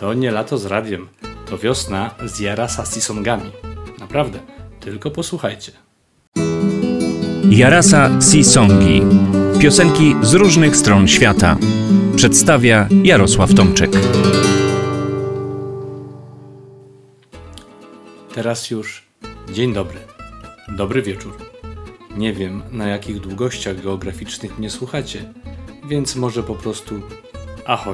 To nie lato z radiem, to wiosna z Jarasa Sisongami. Naprawdę, tylko posłuchajcie. Jarasa Sisongi. Piosenki z różnych stron świata. Przedstawia Jarosław Tomczyk. Teraz już dzień dobry, dobry wieczór. Nie wiem, na jakich długościach geograficznych mnie słuchacie, więc może po prostu ahoj.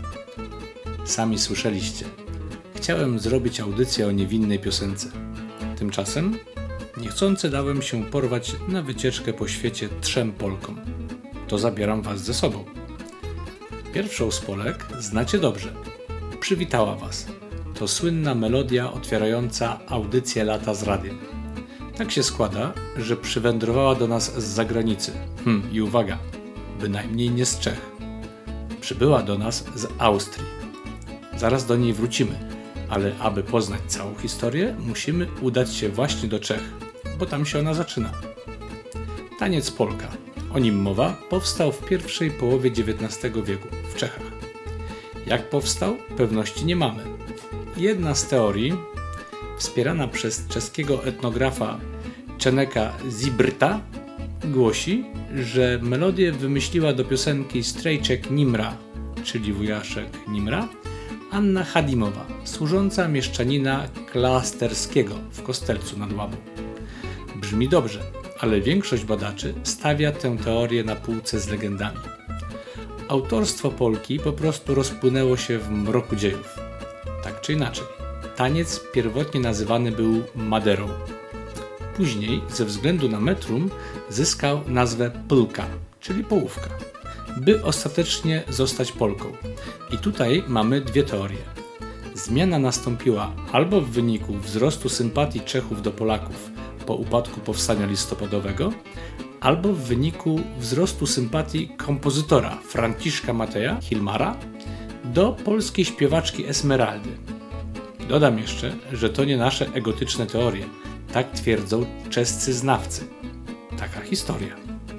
Sami słyszeliście. Chciałem zrobić audycję o niewinnej piosence. Tymczasem niechcący dałem się porwać na wycieczkę po świecie 3 Polkom. To zabieram was ze sobą. Pierwszą z Polek znacie dobrze. Przywitała was. To słynna melodia otwierająca audycję Lata z radiem. Tak się składa, że przywędrowała do nas z zagranicy. I uwaga, bynajmniej nie z Czech. Przybyła do nas z Austrii. Zaraz do niej wrócimy, ale aby poznać całą historię, musimy udać się właśnie do Czech, bo tam się ona zaczyna. Taniec polka, o nim mowa, powstał w pierwszej połowie XIX wieku w Czechach. Jak powstał, pewności nie mamy. Jedna z teorii, wspierana przez czeskiego etnografa Czeneka Zibrta, głosi, że melodię wymyśliła do piosenki Strejček Nimra, czyli wujaszek Nimra, Anna Chadimowa, służąca mieszczanina Klásterskiego w Kostelcu nad Łabą. Brzmi dobrze, ale większość badaczy stawia tę teorię na półce z legendami. Autorstwo Polki po prostu rozpłynęło się w mroku dziejów. Tak czy inaczej, taniec pierwotnie nazywany był maderą. Później, ze względu na metrum, zyskał nazwę polka, czyli połówka, by ostatecznie zostać Polką. I tutaj mamy dwie teorie. Zmiana nastąpiła albo w wyniku wzrostu sympatii Czechów do Polaków po upadku powstania listopadowego, albo w wyniku wzrostu sympatii kompozytora Franciszka Mateja Hilmara do polskiej śpiewaczki Esmeraldy. Dodam jeszcze, że to nie nasze egotyczne teorie. Tak twierdzą czescy znawcy. Taka historia.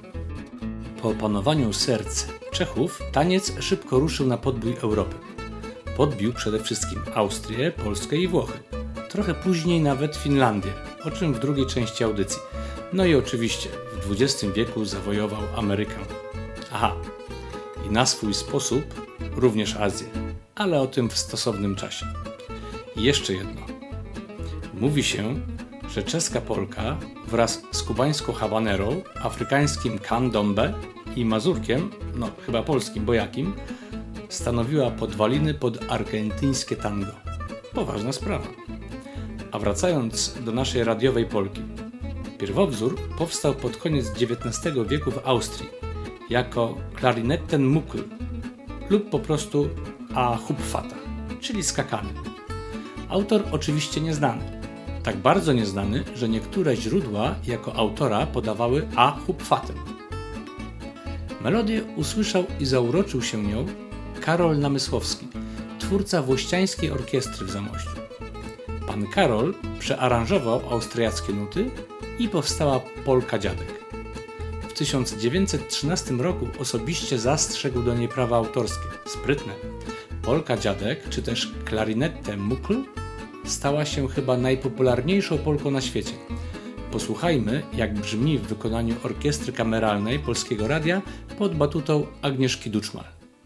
Po opanowaniu serc Czechów taniec szybko ruszył na podbój Europy. Podbił przede wszystkim Austrię, Polskę i Włochy. Trochę później nawet Finlandię, o czym w drugiej części audycji. No i oczywiście w XX wieku zawojował Amerykę. Aha, i na swój sposób również Azję, ale o tym w stosownym czasie. I jeszcze jedno. Mówi się, że czeska polka wraz z kubańską habanerą, afrykańskim candombe i mazurkiem, chyba polskim bojakim, stanowiła podwaliny pod argentyńskie tango. Poważna sprawa. A wracając do naszej radiowej polki. Pierwowzór powstał pod koniec XIX wieku w Austrii jako Klarinettenmuckel lub po prostu a hupfata, czyli skakany. Autor oczywiście nieznany. Tak bardzo nieznany, że niektóre źródła jako autora podawały a hupfatę. Melodię usłyszał i zauroczył się nią Karol Namysłowski, twórca włościańskiej orkiestry w Zamościu. Pan Karol przearanżował austriackie nuty i powstała Polka Dziadek. W 1913 roku osobiście zastrzegł do niej prawa autorskie. Sprytne. Polka Dziadek, czy też Klarinettenmuckel, stała się chyba najpopularniejszą polką na świecie. Posłuchajmy, jak brzmi w wykonaniu orkiestry kameralnej Polskiego Radia pod batutą Agnieszki Duczmal.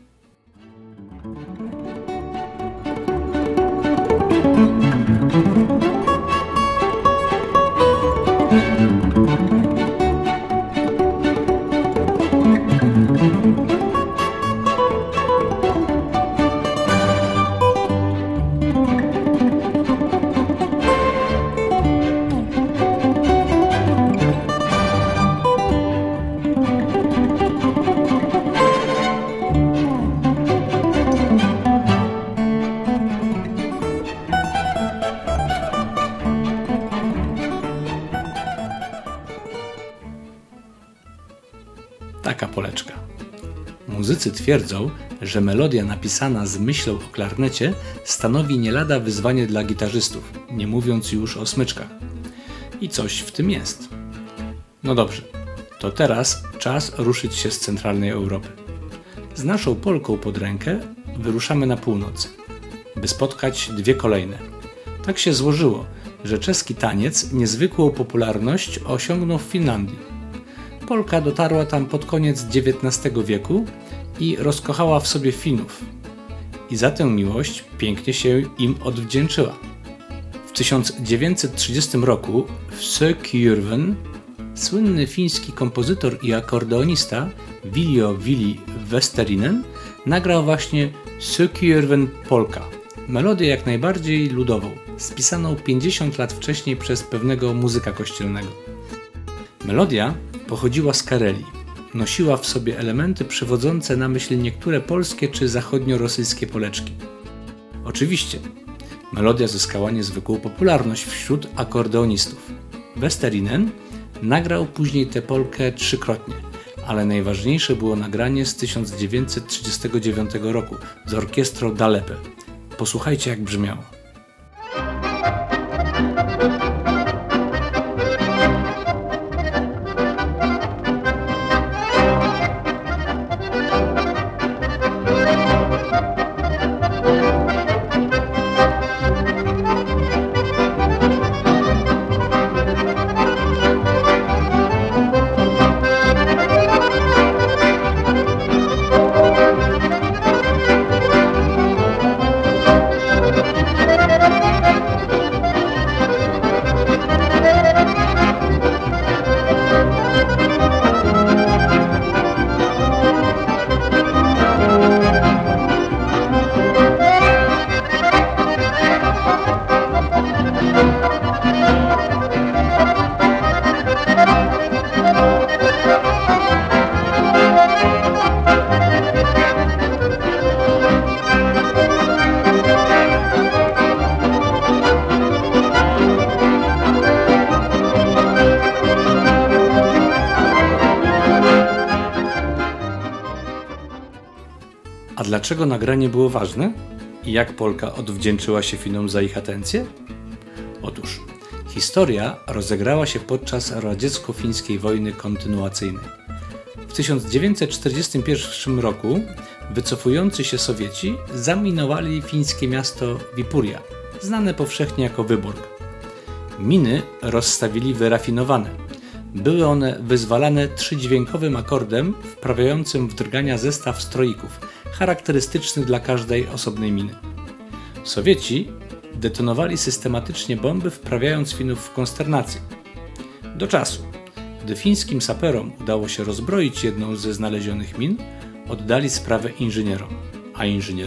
Taka poleczka. Muzycy twierdzą, że melodia napisana z myślą o klarnecie stanowi nie lada wyzwanie dla gitarzystów, nie mówiąc już o smyczkach. I coś w tym jest. No dobrze, to teraz czas ruszyć się z centralnej Europy. Z naszą Polką pod rękę wyruszamy na północ. by spotkać dwie kolejne. Tak się złożyło, że czeski taniec niezwykłą popularność osiągnął w Finlandii. Polka dotarła tam pod koniec XIX wieku i rozkochała w sobie Finów. I za tę miłość pięknie się im odwdzięczyła. W 1930 roku w Sökujärven słynny fiński kompozytor i akordeonista Vili Westerinen nagrał właśnie Sökujärven Polka, melodię jak najbardziej ludową, spisaną 50 lat wcześniej przez pewnego muzyka kościelnego. Melodia pochodziła z Karelii, nosiła w sobie elementy przywodzące na myśl niektóre polskie czy zachodnio-rosyjskie poleczki. Oczywiście, melodia zyskała niezwykłą popularność wśród akordeonistów. Westerinen nagrał później tę polkę trzykrotnie, ale najważniejsze było nagranie z 1939 roku z orkiestrą Dalepe. Posłuchajcie, jak brzmiało. A dlaczego nagranie było ważne? I jak Polka odwdzięczyła się Finom za ich atencję? Otóż historia rozegrała się podczas radziecko-fińskiej wojny kontynuacyjnej. W 1941 roku wycofujący się Sowieci zaminowali fińskie miasto Vipuria, znane powszechnie jako Wyborg. Miny rozstawili wyrafinowane. Były one wyzwalane trzydźwiękowym akordem wprawiającym w drgania zestaw stroików, charakterystyczny dla każdej osobnej miny. Sowieci detonowali systematycznie bomby, wprawiając Finów w konsternację. Do czasu, gdy fińskim saperom udało się rozbroić jedną ze znalezionych min, oddali sprawę inżynierom. A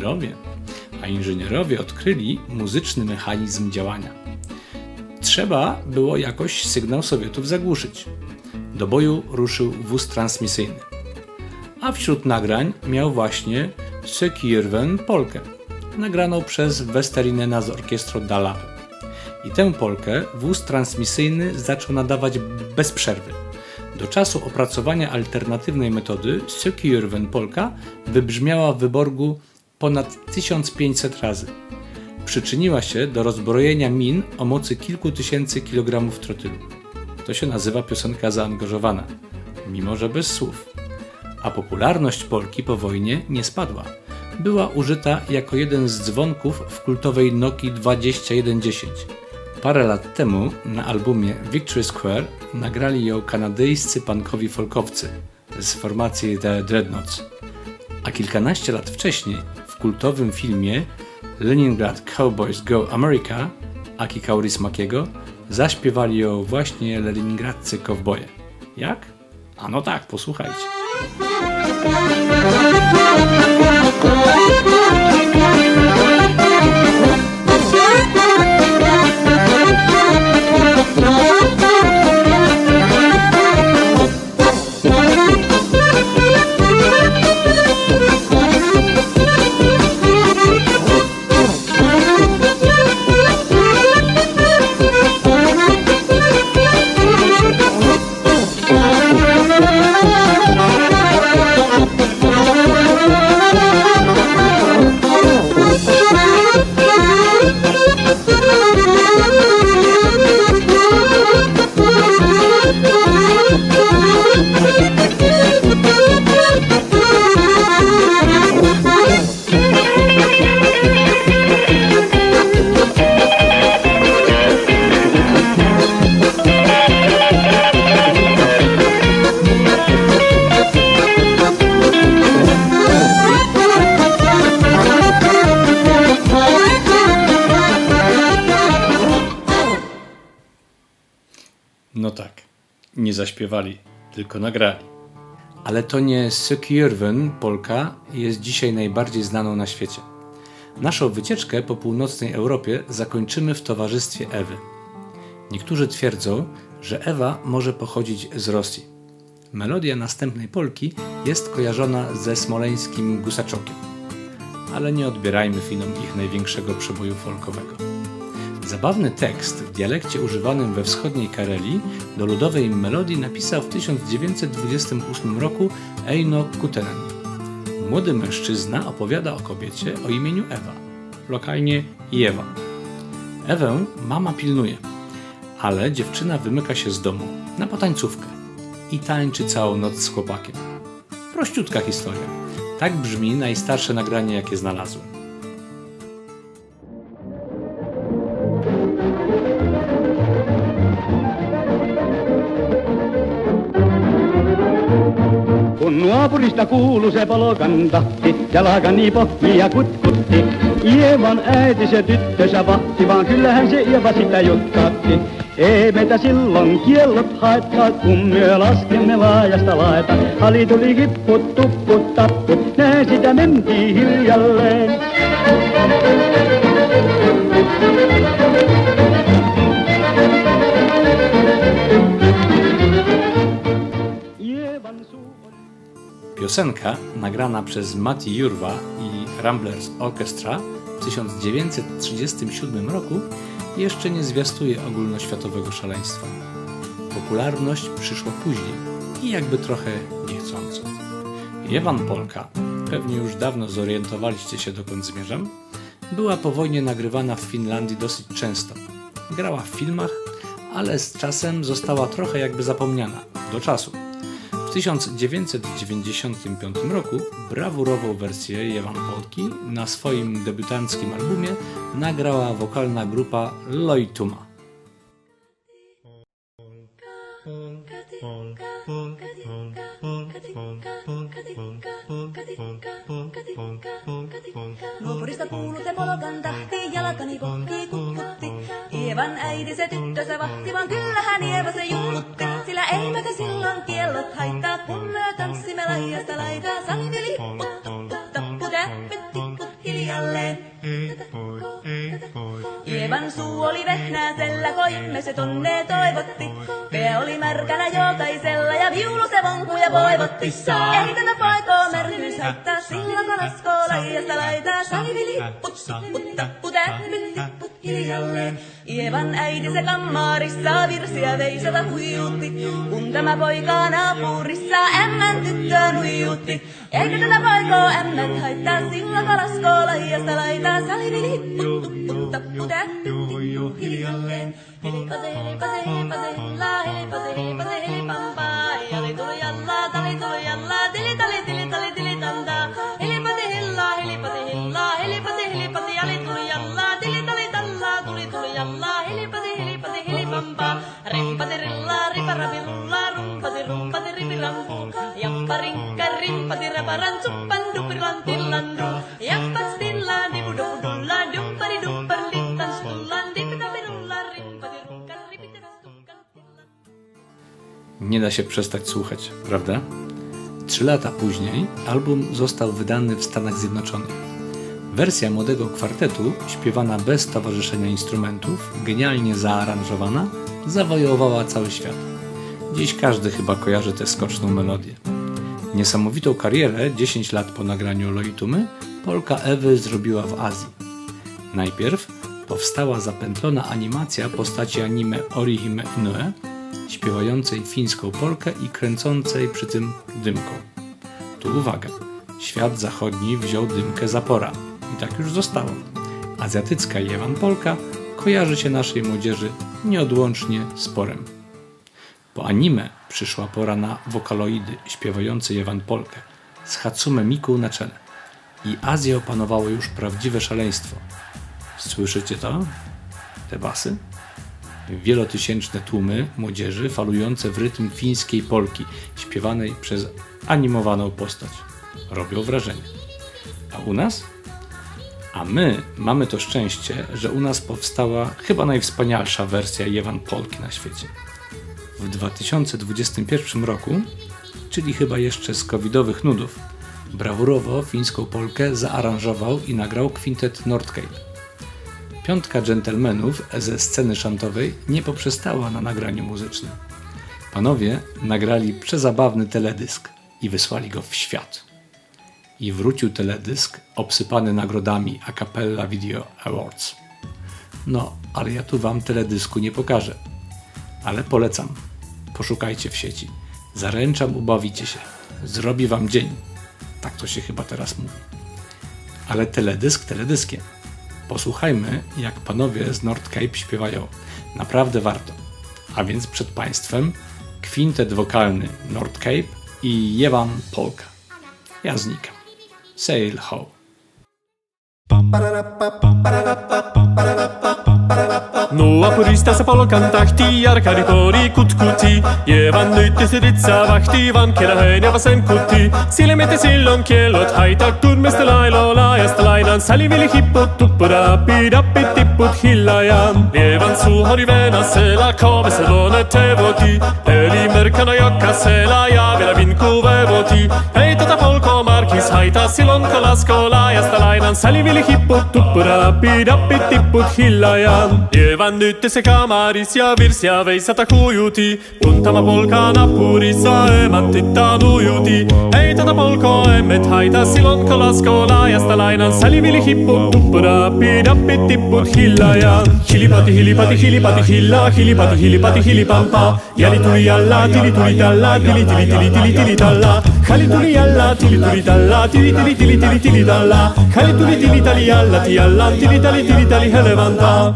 inżynierowie odkryli muzyczny mechanizm działania. Trzeba było jakoś sygnał Sowietów zagłuszyć. Do boju ruszył wóz transmisyjny. A wśród nagrań miał właśnie Sökujärven Polkę, nagraną przez Westerinena z orkiestrą Dalape. I tę polkę wóz transmisyjny zaczął nadawać bez przerwy. Do czasu opracowania alternatywnej metody Sökujärven Polka wybrzmiała w Wyborgu ponad 1500 razy. Przyczyniła się do rozbrojenia min o mocy kilku tysięcy kilogramów trotylu. To się nazywa piosenka zaangażowana, mimo że bez słów. A popularność Polki po wojnie nie spadła. Była użyta jako jeden z dzwonków w kultowej Nokii 2110. Parę lat temu na albumie Victory Square nagrali ją kanadyjscy punkowi folkowcy z formacji The Dreadnoughts. A kilkanaście lat wcześniej w kultowym filmie Leningrad Cowboys Go America Aki Kaurismäkiego zaśpiewali ją właśnie leningradcy kowboje. Jak? A no tak, posłuchajcie. No tak, nie zaśpiewali, tylko nagrali. Ale to nie Securven polka jest dzisiaj najbardziej znaną na świecie. Naszą wycieczkę po północnej Europie zakończymy w towarzystwie Ewy. Niektórzy twierdzą, że Ewa może pochodzić z Rosji. Melodia następnej polki jest kojarzona ze smoleńskim Gusaczokiem. Ale nie odbierajmy Finom ich największego przeboju folkowego. Zabawny tekst w dialekcie używanym we wschodniej Karelii do ludowej melodii napisał w 1928 roku Eino Kutenen. Młody mężczyzna opowiada o kobiecie o imieniu Ewa, lokalnie Jewa. Ewę mama pilnuje, ale dziewczyna wymyka się z domu na potańcówkę i tańczy całą noc z chłopakiem. Prościutka historia. Tak brzmi najstarsze nagranie, jakie znalazłem. Kun naapurista kuului se polkan tahti, jalkani pohti ja kutkutti. Ievan äiti se tyttönsä vahti, vaan kyllähän se Ieva sitä jutkatti. Ei meitä silloin kiellot haittaa, kun myö laskemme laajasta laeta. Ali tuli kipput, tupput, tapput, näin sitä mentiin hiljalleen. Piosenka, nagrana przez Matti Jurva i Ramblers Orchestra w 1937 roku, jeszcze nie zwiastuje ogólnoświatowego szaleństwa. Popularność przyszła później i jakby trochę niechcąco. Jewan Polka, pewnie już dawno zorientowaliście się, dokąd zmierzam, była po wojnie nagrywana w Finlandii dosyć często. Grała w filmach, ale z czasem została trochę jakby zapomniana, do czasu. W 1995 roku brawurową wersję Jewan Polki na swoim debiutanckim albumie nagrała wokalna grupa Loituma. Nuopurista kuului se polkan tahti, jalkani kohti kutkutti. Ievan äiti se tyttönsä vahti, vaan kyllähän Ieva se juttutti. Sillä ei meitä silloin kiellot haittaa, kun me tanssimme laidasta laitaa. Salmi lipput, tupput, tapput, äppit, tipput hiljalleen. Ievan suu oli vehnäisellä, koimme se tonne toivotti. Pää oli märkänä jokaisella ja viulu se vonkuja voivotti. Ei tätä paikoo märkyys haittaa, silloin kun laskoo laidasta laitaa. Salmi lipput, tupput, tapput, äppit, tipput hiljalleen. Ievan äiti se kammarissa virsiä veisata huijuutti. Kun tämä poika naapurissa ämmän tyttöön huijuutti. Eikä tätä poikoo ämmät haittaa, silloin kun laskoo laidasta laitaa. Salmi lipput, tupput, tapput, äppit, tipput hiljalleen. Helipase, helipase, helipase, hella, helipase, helipase, helipampaa. Jali tuli jallaa, tali tuli jallaa, tili tali, tili tali, tili tantaa. Helipase, hella, helipase, hella, helipase, helipase, jali tuli jallaa, tili tali tallaa, tuli jallaa. Helipase, helipase, helipampaa. Rimpase, rillaa, riparapi, rullaa, rumpase, rumpase, ripirampu. Jappa, rinkka, rimpasi, raparan, suppan, dupiran, tillandu. Jappa, stillaan, dipudupudullaa, duppari, duppar, littan, stullaan, dipitapirullaa, rimpasi, runkka, ripiteras, tukkan, tillan. Nie da się przestać słuchać, prawda? 3 lata później album został wydany w Stanach Zjednoczonych. Wersja młodego kwartetu, śpiewana bez towarzyszenia instrumentów, genialnie zaaranżowana, zawojowała cały świat. Dziś każdy chyba kojarzy tę skoczną melodię. Niesamowitą karierę 10 lat po nagraniu Loitumy polka Ewy zrobiła w Azji. Najpierw powstała zapętlona animacja postaci anime Orihime Inoue, śpiewającej fińską polkę i kręcącej przy tym dymką. Tu uwaga, świat zachodni wziął dymkę za pora i tak już zostało. Azjatycka Jewan Polka kojarzy się naszej młodzieży nieodłącznie z porem. Po anime przyszła pora na wokaloidy śpiewające Jewan Polkę z Hatsume Miku na czele. I Azję opanowało już prawdziwe szaleństwo. Słyszycie to? Te basy? Wielotysięczne tłumy młodzieży falujące w rytm fińskiej polki, śpiewanej przez animowaną postać. Robią wrażenie. A u nas? A my mamy to szczęście, że u nas powstała chyba najwspanialsza wersja Jewan Polki na świecie. W 2021 roku, czyli chyba jeszcze z covidowych nudów, brawurowo fińską polkę zaaranżował i nagrał kwintet Nordcape. Piątka dżentelmenów ze sceny szantowej nie poprzestała na nagraniu muzycznym. Panowie nagrali przezabawny teledysk i wysłali go w świat. I wrócił teledysk obsypany nagrodami A Cappella Video Awards. No, ale ja tu wam teledysku nie pokażę. Ale polecam. Poszukajcie w sieci. Zaręczam, ubawicie się. Zrobi wam dzień. Tak to się chyba teraz mówi. Ale teledysk teledyskiem. Posłuchajmy, jak panowie z Nordcape śpiewają. Naprawdę warto. A więc przed państwem kwintet wokalny Nordcape i Jewan Polka. Ja znikam. Sail ho. Noa puristassa polkan tahti, jarkari pori kutkuti. Jeevan nytti ritsa vahti, vankera höin ja vasen kuti. Silmeti silloin kellot haitak, turmesta lailo laajasta lainan. Salivili hipput tuppurappi, dappit tipput hillajan. Jeevan suuhori venasela, kaavessa luonne tevoti. Öljymerkana jokkasela ja vielä vinku vevoti. Hei tota polkoa markis haita, silloin kalasko laajasta lainan. Salivili hipput tuppurappi, dappit tipput hillajan. Jeevan nytti se kamaris ja virsiä veisata hujuti. Puntama polkaa nappurissa emantittaa nujuti. Hei tota polkoa emmet haita, silloin kalasko laajasta lainan. Salivili hipput tuppurappi, dappit tipput hillajan. Hilipati hilipati hilipati hilla, hilipati hilipati hilipampa. Jali tuli jalla, tili tuli tällä, tili tili tili tili tili tällä. Khali tuli jalla, tili tuli tällä, tili tili tili tili tili tällä. Khali tuli tili tali jalla, tialla, tili tali helevanta.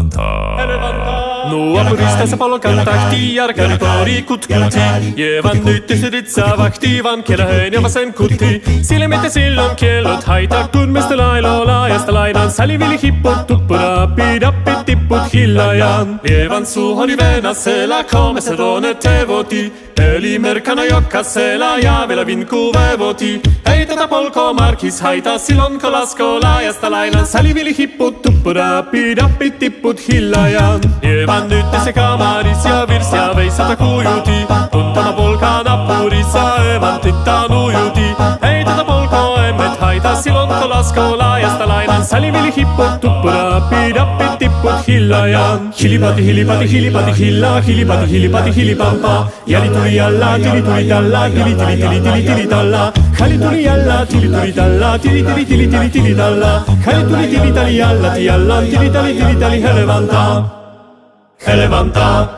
Noa puristassa polkan tahti, jarkari pori kutkuti. Jeevan nytti ritsa vahti, vankera höin ja vasen kuti. Silmeti silloin kellot haitak, turmesta lailo laajasta lainan. Salivili hipput tuppurappi, dappit tipput hillajan. Jeevan suuhoni venasela, kaamessa luonne tevoti. Öljymerkana jokkasela ja vielä vinku vevoti. Hei tota polkoa markis haita, silloin kalasko laajasta lainan. Salivili hipput tuppurappi, dappit tipput hillajan. Jeevan nytti se kamaris ja virsiä veisata kujuti. Puntama polkaa nappurissa emantittaa nujuti. Hei tota polkoa emmet haita, silloin kalasko laajasta lainan. Salivili hipput tuppurappi, dappit tipput hillajan. Hilipati hilipati hilipati hilla, hilipati hilipati hilipampa. Jali tuli jalla, tili tuli tällä, tili tili tili tili tili tällä. Khali tuli jalla, tili tuli tällä, tili tili tili tili tili tällä. Khali tuli tili tali jalla, tialla, tili tali helevanta. Helevanta.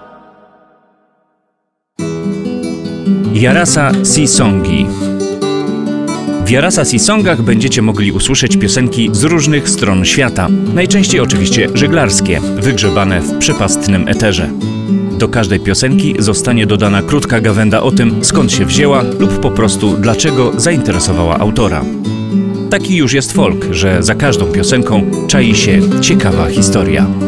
Jarasa Sisongi. W Jarasa Sisongach będziecie mogli usłyszeć piosenki z różnych stron świata. Najczęściej oczywiście żeglarskie, wygrzebane w przepastnym eterze. Do każdej piosenki zostanie dodana krótka gawęda o tym, skąd się wzięła lub po prostu dlaczego zainteresowała autora. Taki już jest folk, że za każdą piosenką czai się ciekawa historia.